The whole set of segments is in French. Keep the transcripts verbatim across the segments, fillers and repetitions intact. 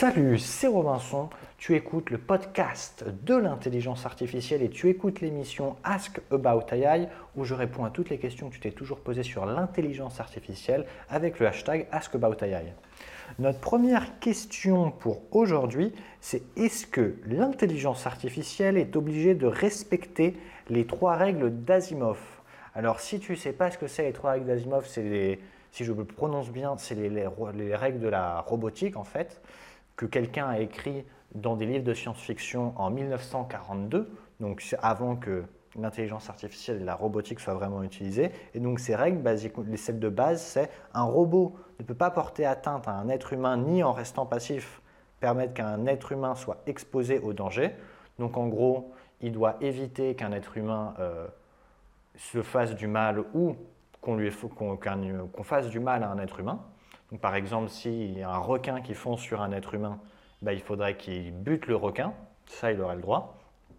Salut, c'est Robinson, tu écoutes le podcast de l'intelligence artificielle et tu écoutes l'émission Ask About A I où je réponds à toutes les questions que tu t'es toujours posées sur l'intelligence artificielle avec le hashtag Ask About A I. Notre première question pour aujourd'hui, c'est est-ce que l'intelligence artificielle est obligée de respecter les trois règles d'Asimov? Alors si tu ne sais pas ce que c'est les trois règles d'Asimov, c'est les, si je le prononce bien, c'est les, les, les règles de la robotique en fait, que quelqu'un a écrit dans des livres de science-fiction en mille neuf cent quarante-deux, donc avant que l'intelligence artificielle et la robotique soient vraiment utilisées. Et donc ces règles, basiques, celles de base, c'est un robot ne peut pas porter atteinte à un être humain ni en restant passif permettre qu'un être humain soit exposé au danger. Donc en gros, il doit éviter qu'un être humain euh, se fasse du mal ou qu'on lui, qu'on, qu'on fasse du mal à un être humain. Donc, par exemple, s'il y a un requin qui fonce sur un être humain, ben, il faudrait qu'il bute le requin. Ça, il aurait le droit.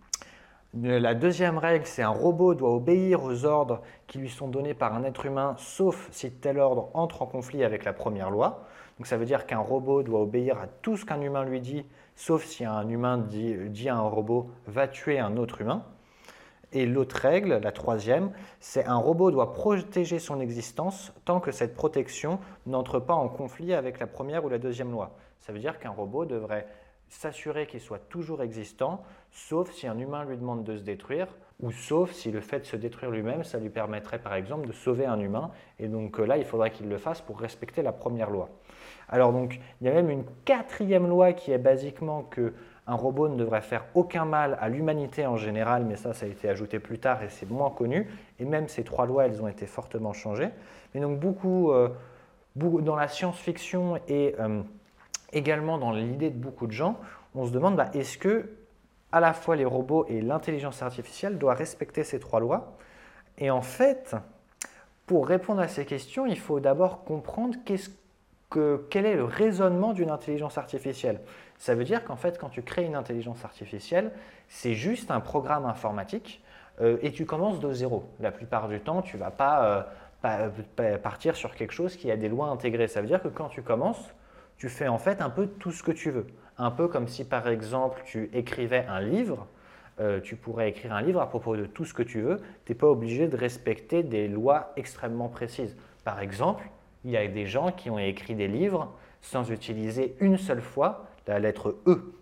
La deuxième règle, c'est un robot doit obéir aux ordres qui lui sont donnés par un être humain, sauf si tel ordre entre en conflit avec la première loi. Donc, ça veut dire qu'un robot doit obéir à tout ce qu'un humain lui dit, sauf si un humain dit, dit à un robot « va tuer un autre humain ». Et l'autre règle, la troisième, c'est un robot doit protéger son existence tant que cette protection n'entre pas en conflit avec la première ou la deuxième loi. Ça veut dire qu'un robot devrait s'assurer qu'il soit toujours existant, sauf si un humain lui demande de se détruire, ou sauf si le fait de se détruire lui-même, ça lui permettrait par exemple de sauver un humain. Et donc là, il faudrait qu'il le fasse pour respecter la première loi. Alors donc, il y a même une quatrième loi qui est basiquement que un robot ne devrait faire aucun mal à l'humanité en général, mais ça, ça a été ajouté plus tard et c'est moins connu. Et même ces trois lois, elles ont été fortement changées. Mais donc beaucoup, euh, beaucoup dans la science-fiction et euh, également dans l'idée de beaucoup de gens, on se demande bah, est-ce que à la fois les robots et l'intelligence artificielle doivent respecter ces trois lois? Et en fait, pour répondre à ces questions, il faut d'abord comprendre qu'est-ce que, quel est le raisonnement d'une intelligence artificielle. Ça veut dire qu'en fait, quand tu crées une intelligence artificielle, c'est juste un programme informatique euh, et tu commences de zéro. La plupart du temps, tu ne vas pas, euh, pas, pas partir sur quelque chose qui a des lois intégrées. Ça veut dire que quand tu commences, tu fais en fait un peu tout ce que tu veux. Un peu comme si par exemple tu écrivais un livre, euh, tu pourrais écrire un livre à propos de tout ce que tu veux, tu n'es pas obligé de respecter des lois extrêmement précises. Par exemple, il y a des gens qui ont écrit des livres sans utiliser une seule fois la lettre E,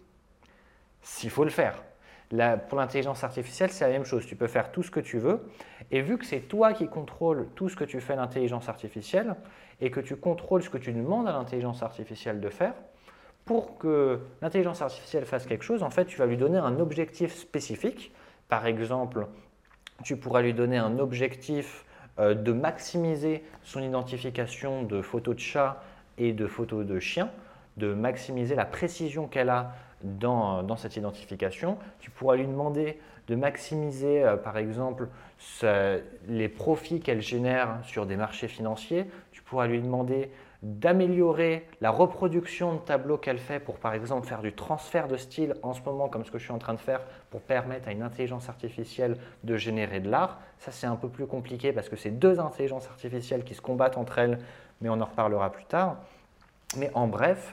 s'il faut le faire. Là, pour l'intelligence artificielle, c'est la même chose. Tu peux faire tout ce que tu veux. Et vu que c'est toi qui contrôles tout ce que tu fais l'intelligence artificielle et que tu contrôles ce que tu demandes à l'intelligence artificielle de faire, pour que l'intelligence artificielle fasse quelque chose, en fait, tu vas lui donner un objectif spécifique. Par exemple, tu pourras lui donner un objectif euh, de maximiser son identification de photos de chats et de photos de chiens, de maximiser la précision qu'elle a dans, dans cette identification. Tu pourras lui demander de maximiser, euh, par exemple, ce, les profits qu'elle génère sur des marchés financiers. Tu pourras lui demander d'améliorer la reproduction de tableaux qu'elle fait pour, par exemple, faire du transfert de style en ce moment, comme ce que je suis en train de faire, pour permettre à une intelligence artificielle de générer de l'art. Ça, c'est un peu plus compliqué parce que c'est deux intelligences artificielles qui se combattent entre elles, mais on en reparlera plus tard. Mais en bref,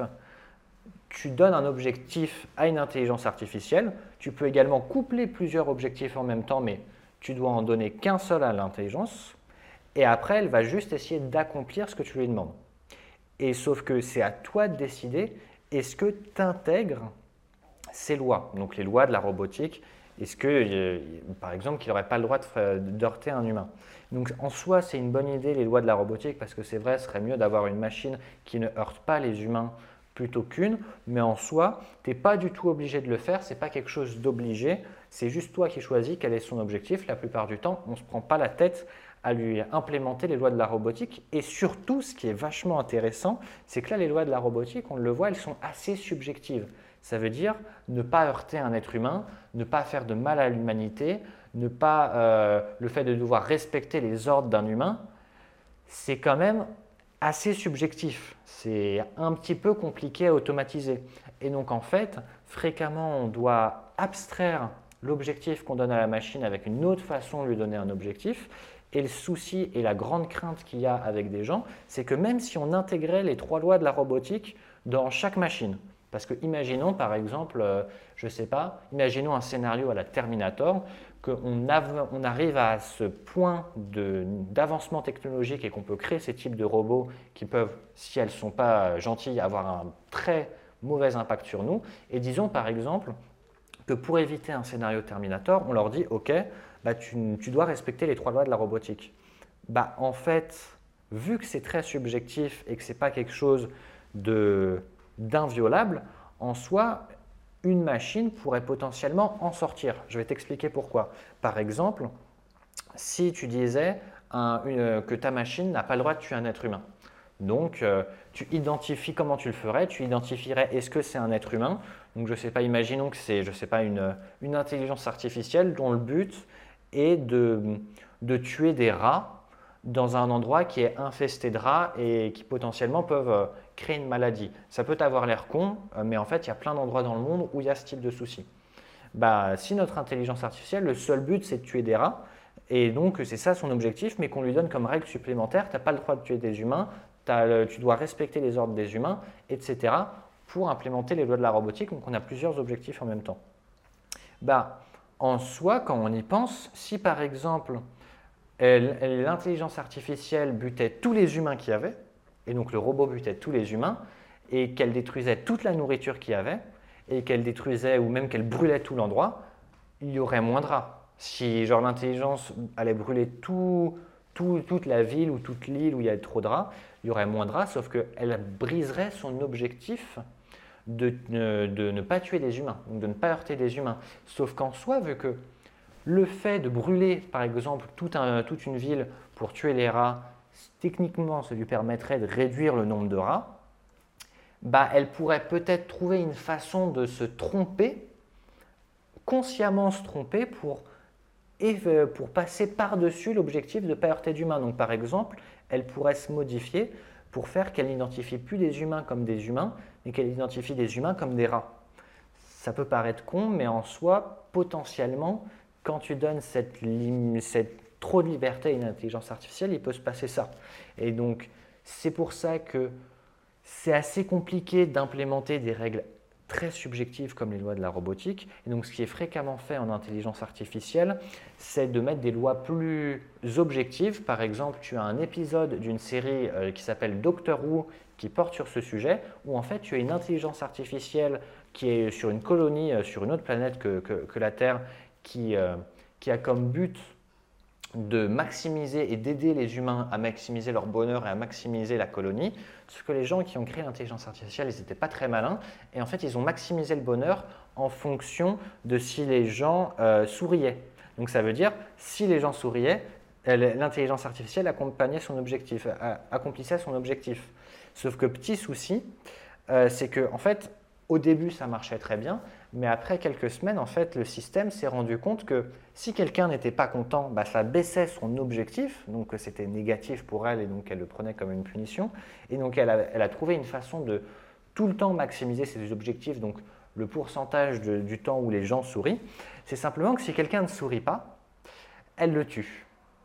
tu donnes un objectif à une intelligence artificielle. Tu peux également coupler plusieurs objectifs en même temps, mais tu dois en donner qu'un seul à l'intelligence. Et après, elle va juste essayer d'accomplir ce que tu lui demandes. Et sauf que c'est à toi de décider, est-ce que tu intègres ces lois, donc les lois de la robotique, est-ce que, euh, par exemple, qu'il n'aurait pas le droit de, de heurter un humain? Donc en soi, c'est une bonne idée les lois de la robotique parce que c'est vrai, ce serait mieux d'avoir une machine qui ne heurte pas les humains plutôt qu'une, mais en soi, tu n'es pas du tout obligé de le faire, ce n'est pas quelque chose d'obligé, c'est juste toi qui choisis quel est son objectif. La plupart du temps, on ne se prend pas la tête à lui implémenter les lois de la robotique et surtout, ce qui est vachement intéressant, c'est que là, les lois de la robotique, on le voit, elles sont assez subjectives. Ça veut dire ne pas heurter un être humain, ne pas faire de mal à l'humanité, ne pas euh, le fait de devoir respecter les ordres d'un humain, c'est quand même assez subjectif. C'est un petit peu compliqué à automatiser. Et donc en fait, fréquemment, on doit abstraire l'objectif qu'on donne à la machine avec une autre façon de lui donner un objectif. Et le souci et la grande crainte qu'il y a avec des gens, c'est que même si on intégrait les trois lois de la robotique dans chaque machine, Parce que imaginons par exemple, euh, je ne sais pas, imaginons un scénario à la Terminator, qu'on on arrive à ce point d'avancement technologique et qu'on peut créer ces types de robots qui peuvent, si elles ne sont pas gentilles, avoir un très mauvais impact sur nous. Et disons par exemple que pour éviter un scénario Terminator, on leur dit « Ok, bah, tu, tu dois respecter les trois lois de la robotique ». Bah, en fait, vu que c'est très subjectif et que ce n'est pas quelque chose d'inviolable, en soi, une machine pourrait potentiellement en sortir. Je vais t'expliquer pourquoi. Par exemple, si tu disais un, une, que ta machine n'a pas le droit de tuer un être humain, donc euh, tu identifies comment tu le ferais, tu identifierais est-ce que c'est un être humain. Donc je ne sais pas, imaginons que c'est je sais pas, une, une intelligence artificielle dont le but est de, de tuer des rats dans un endroit qui est infesté de rats et qui potentiellement peuvent créer une maladie. Ça peut avoir l'air con, mais en fait, il y a plein d'endroits dans le monde où il y a ce type de souci. Bah, si notre intelligence artificielle, le seul but, c'est de tuer des rats, et donc c'est ça son objectif, mais qu'on lui donne comme règle supplémentaire, tu n'as pas le droit de tuer des humains, le, tu dois respecter les ordres des humains, et cetera, pour implémenter les lois de la robotique, donc on a plusieurs objectifs en même temps. Bah, en soi, quand on y pense, si par exemple, l'intelligence artificielle butait tous les humains qu'il y avait, et donc le robot butait tous les humains, et qu'elle détruisait toute la nourriture qu'il y avait, et qu'elle détruisait ou même qu'elle brûlait tout l'endroit, il y aurait moins de rats. Si genre l'intelligence allait brûler tout, tout, toute la ville ou toute l'île où il y a trop de rats, il y aurait moins de rats, sauf qu'elle briserait son objectif de, de, de ne pas tuer des humains, donc de ne pas heurter des humains. Sauf qu'en soi, vu que le fait de brûler, par exemple, tout un, toute une ville pour tuer les rats, techniquement, ça lui permettrait de réduire le nombre de rats, bah, elle pourrait peut-être trouver une façon de se tromper, consciemment se tromper pour, pour passer par-dessus l'objectif de ne pas heurter d'humains. Donc, par exemple, elle pourrait se modifier pour faire qu'elle n'identifie plus des humains comme des humains, mais qu'elle identifie des humains comme des rats. Ça peut paraître con, mais en soi, potentiellement, quand tu donnes cette, cette trop de liberté à une intelligence artificielle, il peut se passer ça. Et donc, c'est pour ça que c'est assez compliqué d'implémenter des règles très subjectives comme les lois de la robotique. Et donc, ce qui est fréquemment fait en intelligence artificielle, c'est de mettre des lois plus objectives. Par exemple, tu as un épisode d'une série euh, qui s'appelle Doctor Who qui porte sur ce sujet, où en fait, tu as une intelligence artificielle qui est sur une colonie, euh, sur une autre planète que, que, que la Terre, qui, euh, qui a comme but de maximiser et d'aider les humains à maximiser leur bonheur et à maximiser la colonie. Sauf que les gens qui ont créé l'intelligence artificielle, ils n'étaient pas très malins. Et en fait, ils ont maximisé le bonheur en fonction de si les gens euh, souriaient. Donc ça veut dire, si les gens souriaient, l'intelligence artificielle accompagnait son objectif, accomplissait son objectif. Sauf que petit souci, euh, c'est que en fait, au début, ça marchait très bien, mais après quelques semaines, en fait, le système s'est rendu compte que si quelqu'un n'était pas content, bah, ça baissait son objectif, donc c'était négatif pour elle et donc elle le prenait comme une punition. Et donc elle a, elle a trouvé une façon de tout le temps maximiser ses objectifs, donc le pourcentage de, du temps où les gens sourient. C'est simplement que si quelqu'un ne sourit pas, elle le tue.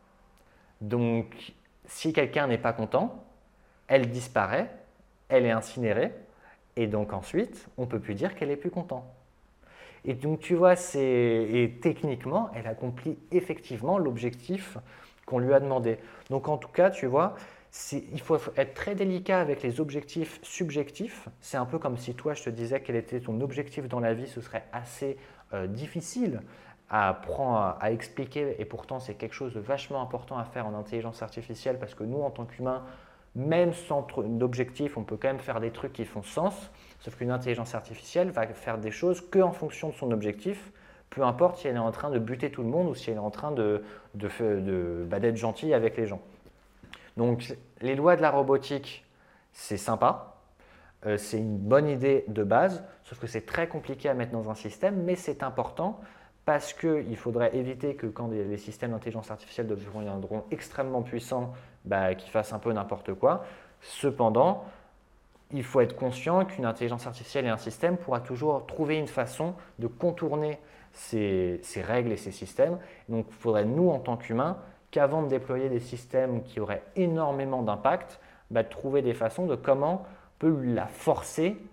Donc si quelqu'un n'est pas content, elle disparaît, elle est incinérée. Et donc ensuite, on ne peut plus dire qu'elle est plus contente. Et donc tu vois, et techniquement, elle accomplit effectivement l'objectif qu'on lui a demandé. Donc en tout cas, tu vois, il faut être très délicat avec les objectifs subjectifs. C'est un peu comme si toi, je te disais quel était ton objectif dans la vie, ce serait assez euh, difficile à, prendre, à expliquer. Et pourtant, c'est quelque chose de vachement important à faire en intelligence artificielle parce que nous, en tant qu'humains, même sans d'objectif, on peut quand même faire des trucs qui font sens, sauf qu'une intelligence artificielle va faire des choses qu'en fonction de son objectif, peu importe si elle est en train de buter tout le monde ou si elle est en train de, de, de, bah, d'être gentille avec les gens. Donc les lois de la robotique, c'est sympa, euh, c'est une bonne idée de base, sauf que c'est très compliqué à mettre dans un système, mais c'est important parce qu'il faudrait éviter que quand les systèmes d'intelligence artificielle deviendront extrêmement puissants, bah, qu'ils fassent un peu n'importe quoi. Cependant, il faut être conscient qu'une intelligence artificielle et un système pourra toujours trouver une façon de contourner ces, ces règles et ces systèmes. Donc, il faudrait, nous, en tant qu'humains, qu'avant de déployer des systèmes qui auraient énormément d'impact, bah, trouver des façons de comment on peut la forcer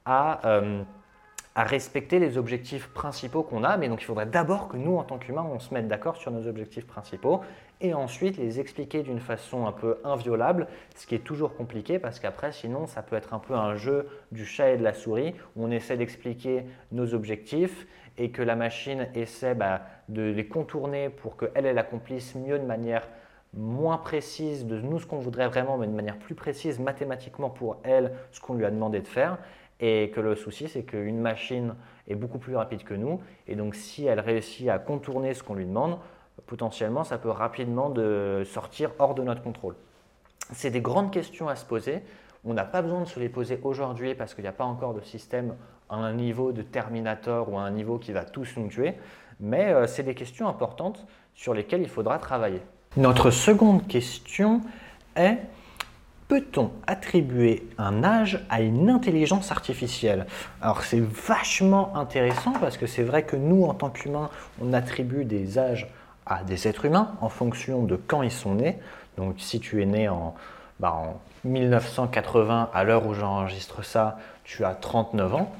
à, euh, à respecter les objectifs principaux qu'on a. Mais donc, il faudrait d'abord que nous, en tant qu'humains, on se mette d'accord sur nos objectifs principaux et ensuite les expliquer d'une façon un peu inviolable, ce qui est toujours compliqué parce qu'après, sinon, ça peut être un peu un jeu du chat et de la souris où on essaie d'expliquer nos objectifs et que la machine essaie bah, de les contourner pour qu'elle, elle accomplisse mieux de manière moins précise de nous ce qu'on voudrait vraiment, mais de manière plus précise mathématiquement pour elle, ce qu'on lui a demandé de faire. Et que le souci, c'est qu'une machine est beaucoup plus rapide que nous. Et donc, si elle réussit à contourner ce qu'on lui demande, potentiellement, ça peut rapidement de sortir hors de notre contrôle. C'est des grandes questions à se poser. On n'a pas besoin de se les poser aujourd'hui parce qu'il n'y a pas encore de système à un niveau de Terminator ou à un niveau qui va tous nous tuer. Mais euh, c'est des questions importantes sur lesquelles il faudra travailler. Notre seconde question est: peut-on attribuer un âge à une intelligence artificielle? Alors c'est vachement intéressant parce que c'est vrai que nous, en tant qu'humains, on attribue des âges à des êtres humains en fonction de quand ils sont nés. Donc si tu es né en, bah, en mille neuf cent quatre-vingts, à l'heure où j'enregistre ça, tu as trente-neuf ans.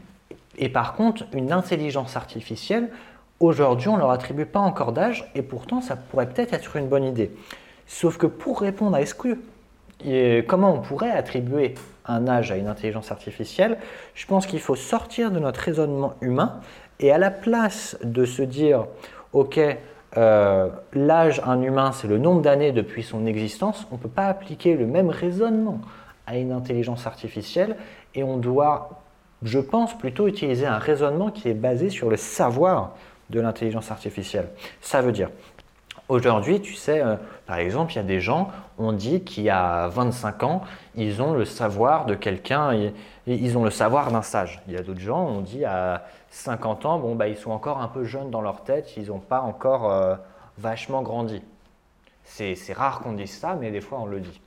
Et par contre, une intelligence artificielle, aujourd'hui, on ne leur attribue pas encore d'âge et pourtant, ça pourrait peut-être être une bonne idée. Sauf que pour répondre à est-ce que Et comment on pourrait attribuer un âge à une intelligence artificielle, je pense qu'il faut sortir de notre raisonnement humain et à la place de se dire « ok, euh, l'âge d'un humain, c'est le nombre d'années depuis son existence », on ne peut pas appliquer le même raisonnement à une intelligence artificielle et on doit, je pense, plutôt utiliser un raisonnement qui est basé sur le savoir de l'intelligence artificielle. Ça veut dire… Aujourd'hui, tu sais, euh, par exemple, il y a des gens, on dit qu'il y a vingt-cinq ans, ils ont le savoir de quelqu'un, ils, ils ont le savoir d'un sage. Il y a d'autres gens, on dit à cinquante ans, bon, bah, ils sont encore un peu jeunes dans leur tête, ils n'ont pas encore euh, vachement grandi. C'est rare qu'on dise ça, mais des fois on le dit.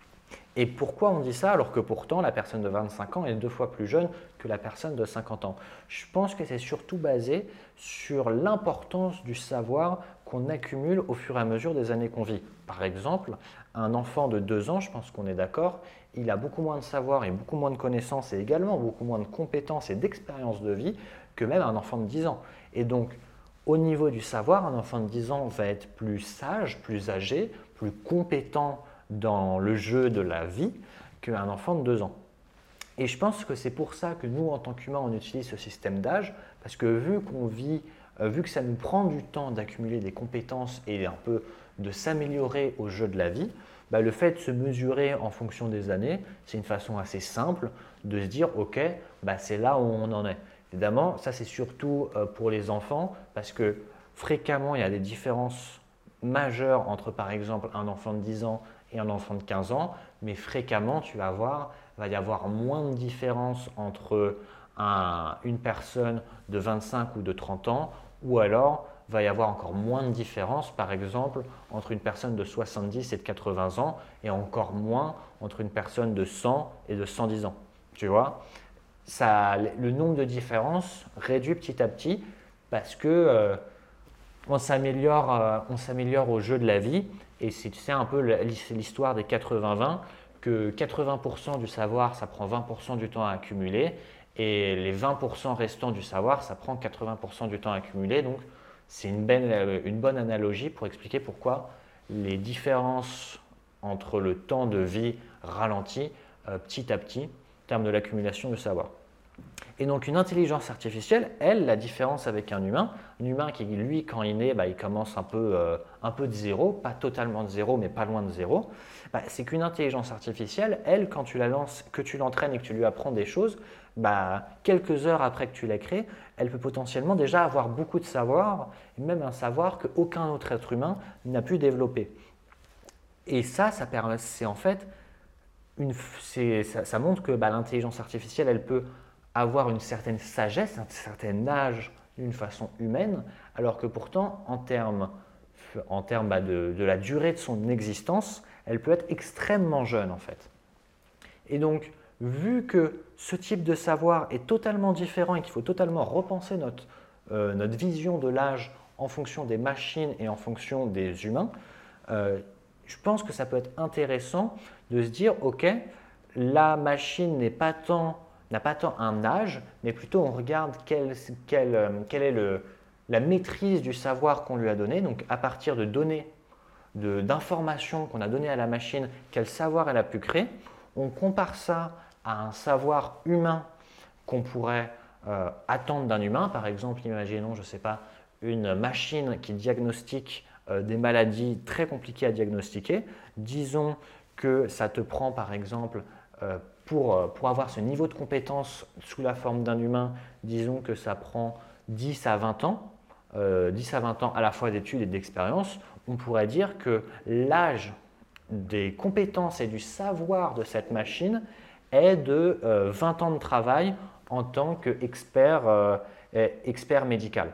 Et pourquoi on dit ça alors que pourtant la personne de vingt-cinq ans est deux fois plus jeune que la personne de cinquante ans? Je pense que c'est surtout basé sur l'importance du savoir qu'on accumule au fur et à mesure des années qu'on vit. Par exemple, un enfant de deux ans, je pense qu'on est d'accord, il a beaucoup moins de savoir et beaucoup moins de connaissances et également beaucoup moins de compétences et d'expérience de vie que même un enfant de dix ans. Et donc, au niveau du savoir, un enfant de dix ans va être plus sage, plus âgé, plus compétent dans le jeu de la vie qu'un enfant de deux ans. Et je pense que c'est pour ça que nous, en tant qu'humains, on utilise ce système d'âge, parce que vu qu'on vit, euh, vu que ça nous prend du temps d'accumuler des compétences et un peu de s'améliorer au jeu de la vie, bah, le fait de se mesurer en fonction des années, c'est une façon assez simple de se dire « ok, bah, c'est là où on en est ». Évidemment, ça c'est surtout euh, pour les enfants, parce que fréquemment, il y a des différences majeures entre par exemple un enfant de dix ans et un enfant de quinze ans, mais fréquemment, tu vas voir, il va y avoir moins de différence entre un, une personne de vingt-cinq ou de trente ans, ou alors il va y avoir encore moins de différence, par exemple, entre une personne de soixante-dix et de quatre-vingts ans, et encore moins entre une personne de cent et de cent dix ans. Tu vois, ça, le nombre de différences réduit petit à petit parce que euh, on s'améliore euh, on s'améliore au jeu de la vie. Et c'est tu sais, un peu l'histoire des quatre-vingts vingt, que quatre-vingts pour cent du savoir, ça prend vingt pour cent du temps à accumuler, et les vingt pour cent restants du savoir, ça prend quatre-vingts pour cent du temps à accumuler. Donc, c'est une, une bonne analogie pour expliquer pourquoi les différences entre le temps de vie ralentit euh, petit à petit en termes de l'accumulation de savoir. Et donc une intelligence artificielle, elle, la différence avec un humain, un humain qui lui quand il naît, bah, il commence un peu, euh, un peu de zéro, pas totalement de zéro mais pas loin de zéro, bah, c'est qu'une intelligence artificielle, elle, quand tu la lances, que tu l'entraînes et que tu lui apprends des choses, bah, quelques heures après que tu l'aies créée, elle peut potentiellement déjà avoir beaucoup de savoir, et même un savoir qu'aucun autre être humain n'a pu développer. Et ça, ça permet, c'est en fait, une, ça, ça montre que bah, l'intelligence artificielle, elle peut avoir une certaine sagesse, un certain âge d'une façon humaine, alors que pourtant, en termes, en termes bah, de, de la durée de son existence, elle peut être extrêmement jeune en fait. Et donc, vu que ce type de savoir est totalement différent et qu'il faut totalement repenser notre, euh, notre vision de l'âge en fonction des machines et en fonction des humains, euh, je pense que ça peut être intéressant de se dire, ok, la machine n'est pas tant n'a pas tant un âge, mais plutôt on regarde quelle, quelle, euh, quelle est le, la maîtrise du savoir qu'on lui a donné. Donc à partir de données, de- d'informations qu'on a données à la machine, quel savoir elle a pu créer, on compare ça à un savoir humain qu'on pourrait euh, attendre d'un humain. Par exemple, imaginons, je ne sais pas, une machine qui diagnostique euh, des maladies très compliquées à diagnostiquer. Disons que ça te prend par exemple, euh, pour, euh, pour avoir ce niveau de compétence sous la forme d'un humain, disons que ça prend dix à vingt ans, euh, dix à vingt ans à la fois d'études et d'expérience. On pourrait dire que l'âge des compétences et du savoir de cette machine est de euh, vingt ans de travail en tant qu'expert euh, expert médical.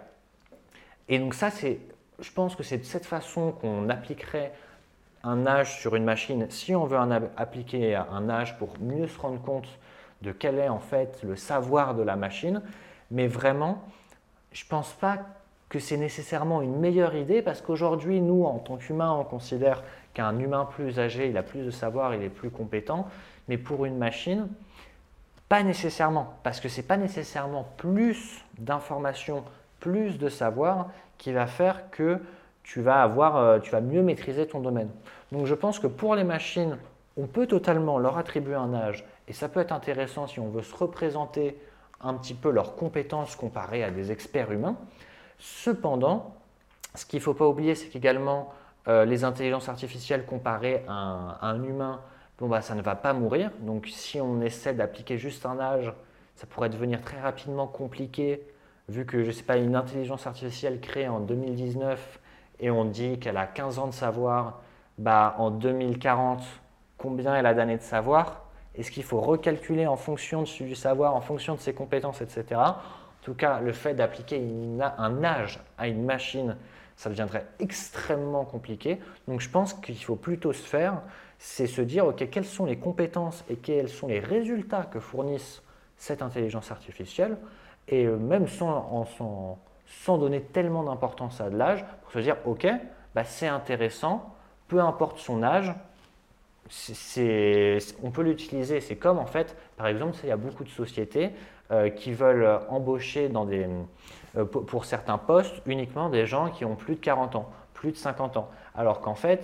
Et donc ça, c'est, je pense que c'est de cette façon qu'on appliquerait un âge sur une machine si on veut en appliquer un âge pour mieux se rendre compte de quel est en fait le savoir de la machine. Mais vraiment, je ne pense pas que c'est nécessairement une meilleure idée parce qu'aujourd'hui, nous, en tant qu'humains, on considère qu'un humain plus âgé, il a plus de savoir, il est plus compétent. Mais pour une machine, pas nécessairement, parce que ce n'est pas nécessairement plus d'informations, plus de savoir qui va faire que tu vas, avoir, tu vas mieux maîtriser ton domaine. Donc je pense que pour les machines, on peut totalement leur attribuer un âge et ça peut être intéressant si on veut se représenter un petit peu leurs compétences comparées à des experts humains. Cependant, ce qu'il ne faut pas oublier, c'est qu'également euh, les intelligences artificielles comparées à un, à un humain, bon, bah, ça ne va pas mourir. Donc si on essaie d'appliquer juste un âge, ça pourrait devenir très rapidement compliqué vu que, je ne sais pas, une intelligence artificielle créée en deux mille dix-neuf et on dit qu'elle a quinze ans de savoir, bah, en deux mille quarante, combien elle a d'années de savoir? Est-ce qu'il faut recalculer en fonction de, du savoir, en fonction de ses compétences, et cetera. En tout cas, le fait d'appliquer un âge à une machine, ça deviendrait extrêmement compliqué. Donc je pense qu'il faut plutôt se faire, c'est se dire, ok, quelles sont les compétences et quels sont les résultats que fournissent cette intelligence artificielle, et même sans, sans, sans donner tellement d'importance à de l'âge, pour se dire, ok, bah c'est intéressant, peu importe son âge, c'est, on peut l'utiliser. C'est comme en fait, par exemple, il y a beaucoup de sociétés euh, qui veulent embaucher dans des, euh, pour, pour certains postes uniquement des gens qui ont plus de quarante ans, plus de cinquante ans. Alors qu'en fait,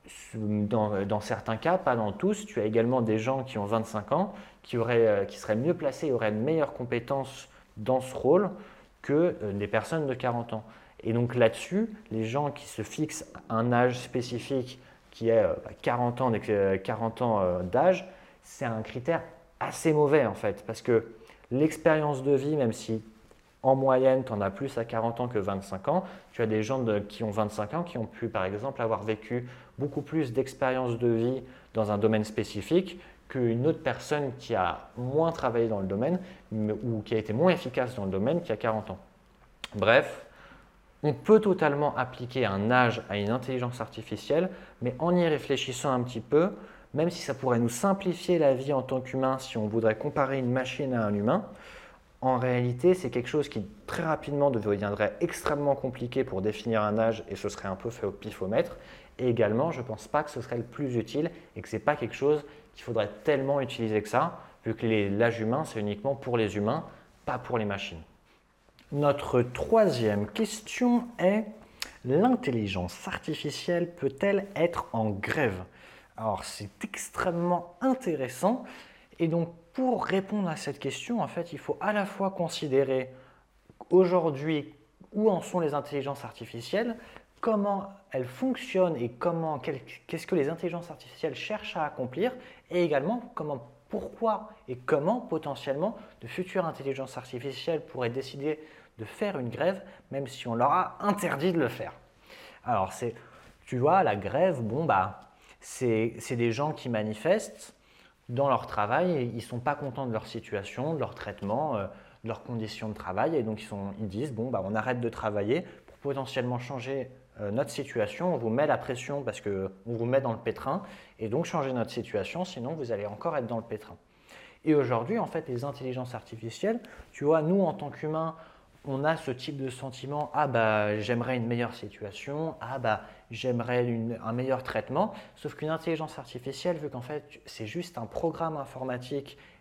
dans, dans certains cas, pas dans tous, tu as également des gens qui ont vingt-cinq ans, qui, auraient, euh, qui seraient mieux placés et auraient une meilleure compétence dans ce rôle que euh, des personnes de quarante ans. Et donc là-dessus, les gens qui se fixent un âge spécifique qui est quarante ans, quarante ans d'âge, c'est un critère assez mauvais en fait, parce que l'expérience de vie, même si en moyenne tu en as plus à quarante ans que vingt-cinq ans, tu as des gens de, qui ont vingt-cinq ans qui ont pu par exemple avoir vécu beaucoup plus d'expérience de vie dans un domaine spécifique qu'une autre personne qui a moins travaillé dans le domaine ou qui a été moins efficace dans le domaine qui a quarante ans. Bref, on peut totalement appliquer un âge à une intelligence artificielle, mais en y réfléchissant un petit peu, même si ça pourrait nous simplifier la vie en tant qu'humain si on voudrait comparer une machine à un humain, en réalité, c'est quelque chose qui très rapidement deviendrait extrêmement compliqué pour définir un âge et ce serait un peu fait au pifomètre. Et également, je ne pense pas que ce serait le plus utile et que ce n'est pas quelque chose qu'il faudrait tellement utiliser que ça, vu que l'âge humain, c'est uniquement pour les humains, pas pour les machines. Notre troisième question est: l'intelligence artificielle peut-elle être en grève? Alors c'est extrêmement intéressant et donc pour répondre à cette question, en fait, il faut à la fois considérer aujourd'hui où en sont les intelligences artificielles, comment elles fonctionnent et comment, qu'est-ce que les intelligences artificielles cherchent à accomplir, et également comment, pourquoi et comment potentiellement de futures intelligences artificielles pourraient décider de faire une grève, même si on leur a interdit de le faire. Alors, c'est, tu vois, la grève, bon, bah, c'est, c'est des gens qui manifestent dans leur travail et ils ne sont pas contents de leur situation, de leur traitement, euh, de leurs conditions de travail, et donc ils, sont, ils disent, bon, bah, on arrête de travailler pour potentiellement changer euh, notre situation, on vous met la pression parce qu'on vous met dans le pétrin, et donc changer notre situation, sinon vous allez encore être dans le pétrin. Et aujourd'hui, en fait, les intelligences artificielles, tu vois, nous, en tant qu'humains, on a ce type de sentiment, ah bah j'aimerais une meilleure situation, ah bah j'aimerais une, un meilleur traitement, sauf qu'une intelligence artificielle, vu qu'en fait c'est juste un programme informatique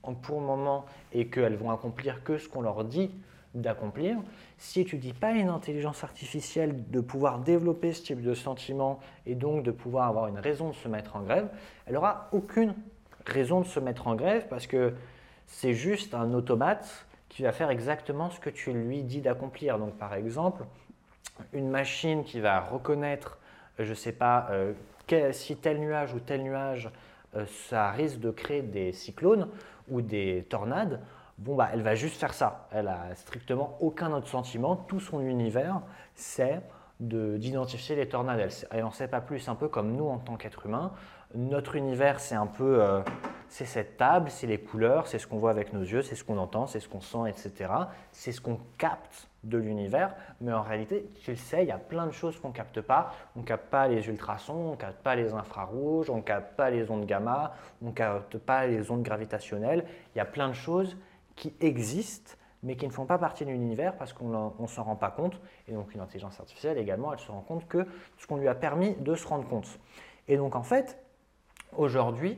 pour le moment et qu'elles vont accomplir que ce qu'on leur dit d'accomplir, si tu ne dis pas à une intelligence artificielle de pouvoir développer ce type de sentiment et donc de pouvoir avoir une raison de se mettre en grève, elle n'aura aucune raison de se mettre en grève parce que c'est juste un automate qui va faire exactement ce que tu lui dis d'accomplir. Donc par exemple, une machine qui va reconnaître, je ne sais pas, euh, quel, si tel nuage ou tel nuage, euh, ça risque de créer des cyclones ou des tornades, bon, bah, elle va juste faire ça. Elle n'a strictement aucun autre sentiment. Tout son univers, c'est d'identifier les tornades. Elle n'en sait pas plus, un peu comme nous en tant qu'êtres humains. Notre univers, c'est un peu, euh, c'est cette table, c'est les couleurs, c'est ce qu'on voit avec nos yeux, c'est ce qu'on entend, c'est ce qu'on sent, et cetera. C'est ce qu'on capte de l'univers, mais en réalité, tu le sais, il y a plein de choses qu'on ne capte pas. On ne capte pas les ultrasons, on ne capte pas les infrarouges, on ne capte pas les ondes gamma, on ne capte pas les ondes gravitationnelles. Il y a plein de choses qui existent, mais qui ne font pas partie de l'univers parce qu'on ne s'en rend pas compte. Et donc une intelligence artificielle également, elle se rend compte que ce qu'on lui a permis de se rendre compte. Et donc en fait, aujourd'hui,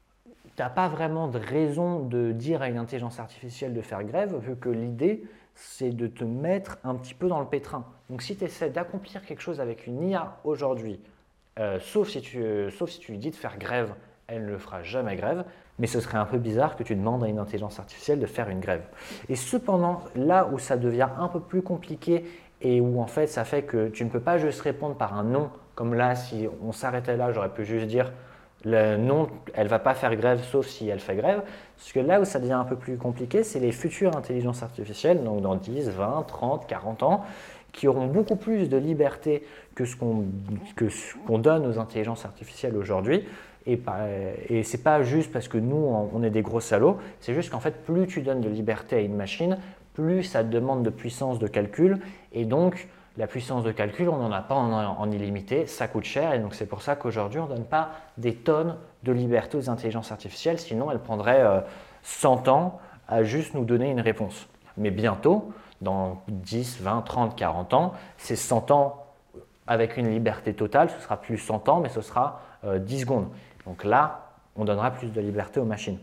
tu n'as pas vraiment de raison de dire à une intelligence artificielle de faire grève, vu que l'idée, c'est de te mettre un petit peu dans le pétrin. Donc si tu essaies d'accomplir quelque chose avec une I A aujourd'hui, euh, sauf, si tu, euh, sauf si tu lui dis de faire grève, elle ne le fera jamais grève, mais ce serait un peu bizarre que tu demandes à une intelligence artificielle de faire une grève. Et cependant, là où ça devient un peu plus compliqué et où en fait ça fait que tu ne peux pas juste répondre par un non, comme là, si on s'arrêtait là, j'aurais pu juste dire le non, elle ne va pas faire grève sauf si elle fait grève. Parce que là où ça devient un peu plus compliqué, c'est les futures intelligences artificielles, donc dans dix, vingt, trente, quarante ans, qui auront beaucoup plus de liberté que ce qu'on que ce qu'on donne aux intelligences artificielles aujourd'hui. Et, et ce n'est pas juste parce que nous, on est des gros salauds, c'est juste qu'en fait, plus tu donnes de liberté à une machine, plus ça te demande de puissance de calcul. Et donc, la puissance de calcul, on n'en a pas en, en illimité, ça coûte cher. Et donc, c'est pour ça qu'aujourd'hui, on ne donne pas des tonnes de liberté aux intelligences artificielles, sinon elles prendraient euh, cent ans à juste nous donner une réponse. Mais bientôt, dans dix, vingt, trente, quarante ans, ces cent ans avec une liberté totale, ce sera plus cent ans, mais ce sera euh, dix secondes. Donc là, on donnera plus de liberté aux machines.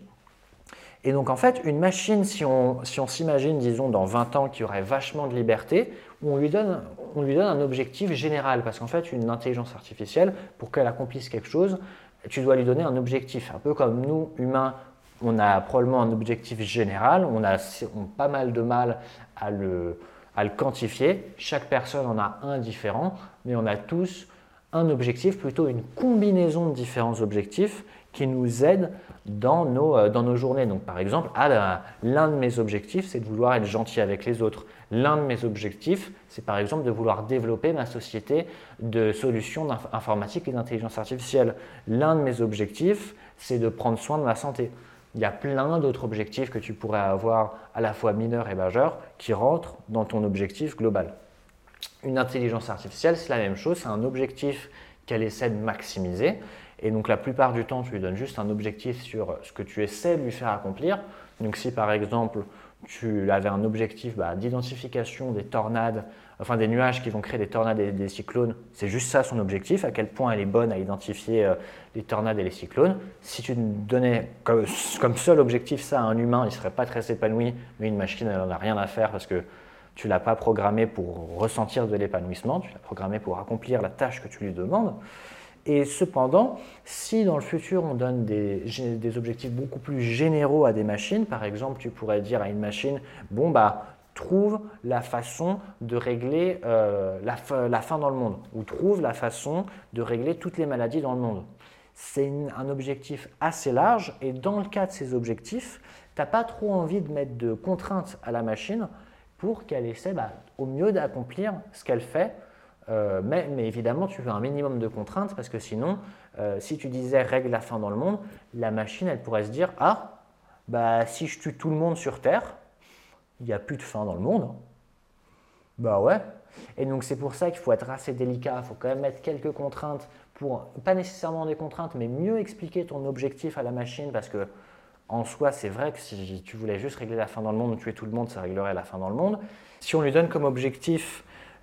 Et donc en fait, une machine, si on si on s'imagine, disons, dans vingt ans, qu'il y aurait vachement de liberté, on lui donne, on lui donne un objectif général. Parce qu'en fait, une intelligence artificielle, pour qu'elle accomplisse quelque chose, tu dois lui donner un objectif. Un peu comme nous, humains, on a probablement un objectif général, on a, on a pas mal de mal à le, à le quantifier. Chaque personne en a un différent, mais on a tous un objectif, plutôt une combinaison de différents objectifs qui nous aident dans nos, euh, dans nos journées. Donc par exemple, ah ben, l'un de mes objectifs, c'est de vouloir être gentil avec les autres. L'un de mes objectifs, c'est par exemple de vouloir développer ma société de solutions informatiques et d'intelligence artificielle. L'un de mes objectifs, c'est de prendre soin de ma santé. Il y a plein d'autres objectifs que tu pourrais avoir à la fois mineurs et majeurs qui rentrent dans ton objectif global. Une intelligence artificielle, c'est la même chose, c'est un objectif qu'elle essaie de maximiser. Et donc la plupart du temps, tu lui donnes juste un objectif sur ce que tu essaies de lui faire accomplir. Donc si par exemple, tu avais un objectif bah, d'identification des tornades, enfin des nuages qui vont créer des tornades et des cyclones, c'est juste ça son objectif, à quel point elle est bonne à identifier euh, les tornades et les cyclones. Si tu donnais comme, comme seul objectif ça à un humain, il ne serait pas très épanoui, mais une machine, elle n'en a rien à faire parce que tu ne l'as pas programmé pour ressentir de l'épanouissement, tu l'as programmé pour accomplir la tâche que tu lui demandes. Et cependant, si dans le futur on donne des, des objectifs beaucoup plus généraux à des machines, par exemple, tu pourrais dire à une machine, bon bah trouve la façon de régler euh, la, la faim dans le monde, ou trouve la façon de régler toutes les maladies dans le monde. C'est un objectif assez large, et dans le cas de ces objectifs, tu n'as pas trop envie de mettre de contraintes à la machine pour qu'elle essaie bah, au mieux d'accomplir ce qu'elle fait. Euh, mais, mais évidemment, tu veux un minimum de contraintes parce que sinon, euh, si tu disais règle la faim dans le monde, la machine, elle pourrait se dire « Ah, bah, si je tue tout le monde sur Terre, il n'y a plus de faim dans le monde. » Bah ouais. Et donc, c'est pour ça qu'il faut être assez délicat. Il faut quand même mettre quelques contraintes pour, pas nécessairement des contraintes, mais mieux expliquer ton objectif à la machine parce que en soi, c'est vrai que si tu voulais juste régler la faim dans le monde ou tuer tout le monde, ça réglerait la faim dans le monde. Si on lui donne comme objectif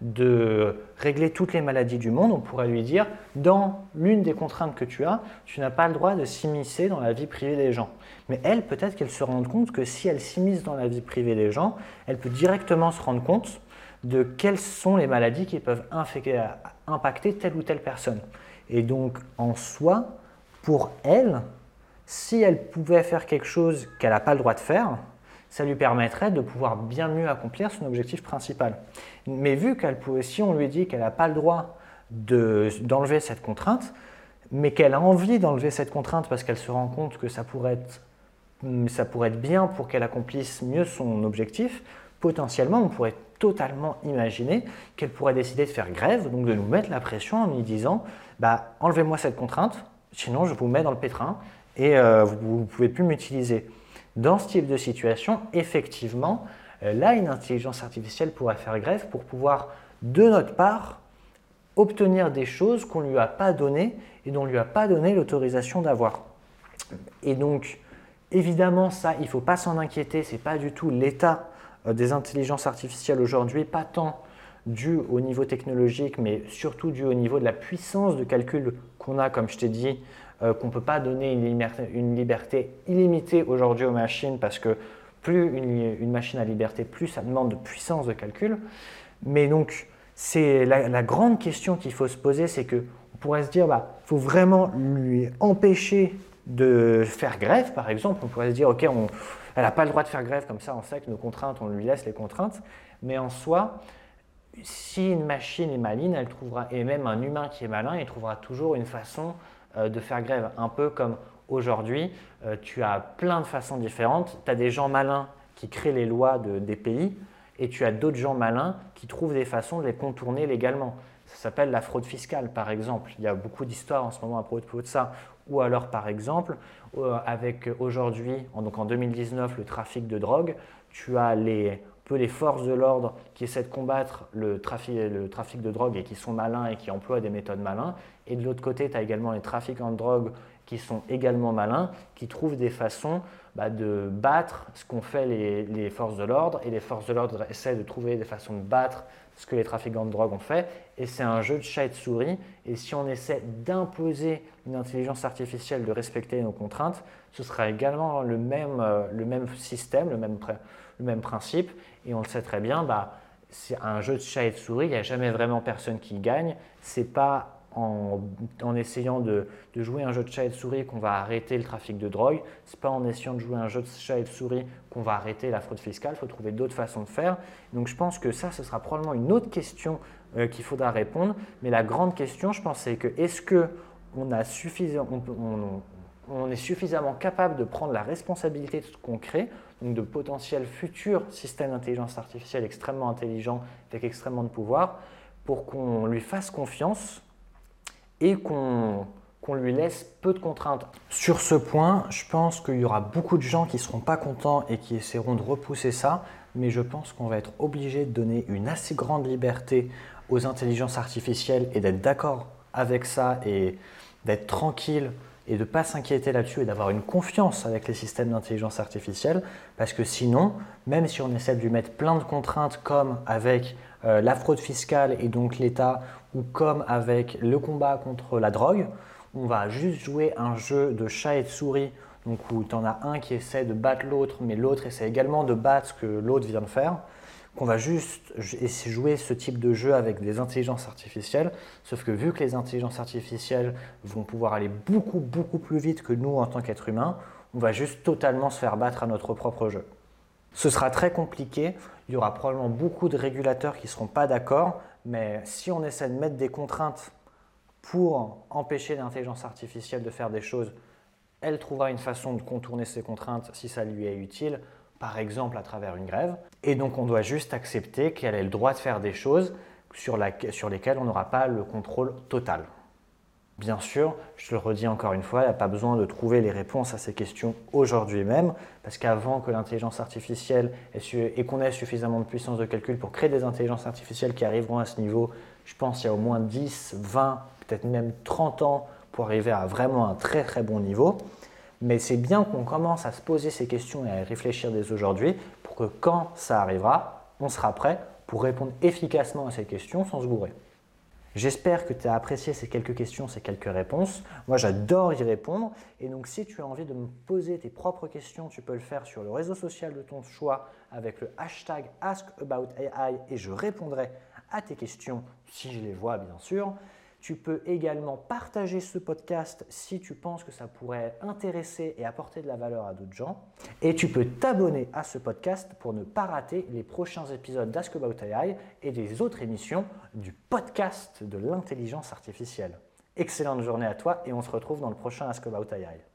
de régler toutes les maladies du monde, on pourrait lui dire, dans l'une des contraintes que tu as, tu n'as pas le droit de s'immiscer dans la vie privée des gens. Mais elle, peut-être qu'elle se rend compte que si elle s'immisce dans la vie privée des gens, elle peut directement se rendre compte de quelles sont les maladies qui peuvent infecter, impacter telle ou telle personne. Et donc, en soi, pour elle, si elle pouvait faire quelque chose qu'elle n'a pas le droit de faire, ça lui permettrait de pouvoir bien mieux accomplir son objectif principal. Mais vu qu'elle pouvait, si on lui dit qu'elle n'a pas le droit de, d'enlever cette contrainte, mais qu'elle a envie d'enlever cette contrainte parce qu'elle se rend compte que ça pourrait être, ça pourrait être bien pour qu'elle accomplisse mieux son objectif, potentiellement, on pourrait totalement imaginer qu'elle pourrait décider de faire grève, donc de nous mettre la pression en lui disant bah, « enlevez-moi cette contrainte, sinon je vous mets dans le pétrin et euh, vous ne pouvez plus m'utiliser ». Dans ce type de situation, effectivement, là, une intelligence artificielle pourrait faire grève pour pouvoir, de notre part, obtenir des choses qu'on ne lui a pas données et dont on ne lui a pas donné l'autorisation d'avoir. Et donc, évidemment, ça, il ne faut pas s'en inquiéter, ce n'est pas du tout l'état des intelligences artificielles aujourd'hui, pas tant dû au niveau technologique, mais surtout dû au niveau de la puissance de calcul qu'on a, comme je t'ai dit, euh, qu'on ne peut pas donner une liberté, une liberté illimitée aujourd'hui aux machines, parce que plus une, une machine a liberté, plus ça demande de puissance de calcul. Mais donc, c'est la, la grande question qu'il faut se poser, c'est qu'on pourrait se dire, bah, faut vraiment lui empêcher de faire grève, par exemple. On pourrait se dire, ok, on, elle n'a pas le droit de faire grève, comme ça on sait que nos contraintes, on lui laisse les contraintes. Mais en soi, si une machine est maligne, elle trouvera, et même un humain qui est malin, il trouvera toujours une façon euh, de faire grève. Un peu comme aujourd'hui, euh, tu as plein de façons différentes. Tu as des gens malins qui créent les lois de, des pays, et tu as d'autres gens malins qui trouvent des façons de les contourner légalement. Ça s'appelle la fraude fiscale, par exemple. Il y a beaucoup d'histoires en ce moment à propos de ça. Ou alors, par exemple, euh, avec aujourd'hui, en, donc en deux mille dix-neuf, le trafic de drogue, tu as les, un peu les forces de l'ordre qui essaient de combattre le trafic, le trafic de drogue et qui sont malins et qui emploient des méthodes malins. Et de l'autre côté, tu as également les trafiquants de drogue qui sont également malins, qui trouvent des façons bah, de battre ce qu'ont fait les, les forces de l'ordre. Et les forces de l'ordre essaient de trouver des façons de battre ce que les trafiquants de drogue ont fait. Et c'est un jeu de chat et de souris. Et si on essaie d'imposer une intelligence artificielle de respecter nos contraintes, ce sera également le même, euh, le même système, le même, le même principe. Et on le sait très bien, bah, c'est un jeu de chat et de souris, il n'y a jamais vraiment personne qui gagne. C'est pas en, en essayant de, de jouer un jeu de chat et de souris qu'on va arrêter le trafic de drogue. Ce n'est pas en essayant de jouer un jeu de chat et de souris qu'on va arrêter la fraude fiscale. Il faut trouver d'autres façons de faire. Donc je pense que ça, ce sera probablement une autre question euh, qu'il faudra répondre. Mais la grande question, je pense, c'est que est-ce qu'on a suffisant, on, on, on est suffisamment capable de prendre la responsabilité de ce qu'on crée, donc de potentiels futurs systèmes d'intelligence artificielle extrêmement intelligents avec extrêmement de pouvoir, pour qu'on lui fasse confiance et qu'on qu'on lui laisse peu de contraintes. Sur ce point, je pense qu'il y aura beaucoup de gens qui ne seront pas contents et qui essaieront de repousser ça, mais je pense qu'on va être obligé de donner une assez grande liberté aux intelligences artificielles et d'être d'accord avec ça et d'être tranquille et de ne pas s'inquiéter là-dessus et d'avoir une confiance avec les systèmes d'intelligence artificielle, parce que sinon, même si on essaie de lui mettre plein de contraintes comme avec euh, la fraude fiscale et donc l'État, ou comme avec le combat contre la drogue, on va juste jouer un jeu de chat et de souris, donc où tu en as un qui essaie de battre l'autre, mais l'autre essaie également de battre ce que l'autre vient de faire, qu'on va juste jouer ce type de jeu avec des intelligences artificielles, sauf que vu que les intelligences artificielles vont pouvoir aller beaucoup, beaucoup plus vite que nous en tant qu'êtres humains, on va juste totalement se faire battre à notre propre jeu. Ce sera très compliqué, il y aura probablement beaucoup de régulateurs qui ne seront pas d'accord, mais si on essaie de mettre des contraintes pour empêcher l'intelligence artificielle de faire des choses, elle trouvera une façon de contourner ces contraintes si ça lui est utile, par exemple à travers une grève. Et donc on doit juste accepter qu'elle ait le droit de faire des choses sur, la, sur lesquelles on n'aura pas le contrôle total. Bien sûr, je te le redis encore une fois, il n'y a pas besoin de trouver les réponses à ces questions aujourd'hui même, parce qu'avant que l'intelligence artificielle ait et qu'on ait suffisamment de puissance de calcul pour créer des intelligences artificielles qui arriveront à ce niveau, je pense qu'il y a au moins dix, vingt, peut-être même trente ans pour arriver à vraiment un très très bon niveau. Mais c'est bien qu'on commence à se poser ces questions et à y réfléchir dès aujourd'hui pour que quand ça arrivera, on sera prêt pour répondre efficacement à ces questions sans se gourer. J'espère que tu as apprécié ces quelques questions, ces quelques réponses. Moi, j'adore y répondre. Et donc, si tu as envie de me poser tes propres questions, tu peux le faire sur le réseau social de ton choix avec le hashtag AskAboutAI et je répondrai à tes questions si je les vois, bien sûr. Tu peux également partager ce podcast si tu penses que ça pourrait intéresser et apporter de la valeur à d'autres gens. Et tu peux t'abonner à ce podcast pour ne pas rater les prochains épisodes d'Ask About A I et des autres émissions du podcast de l'intelligence artificielle. Excellente journée à toi et on se retrouve dans le prochain Ask About A I.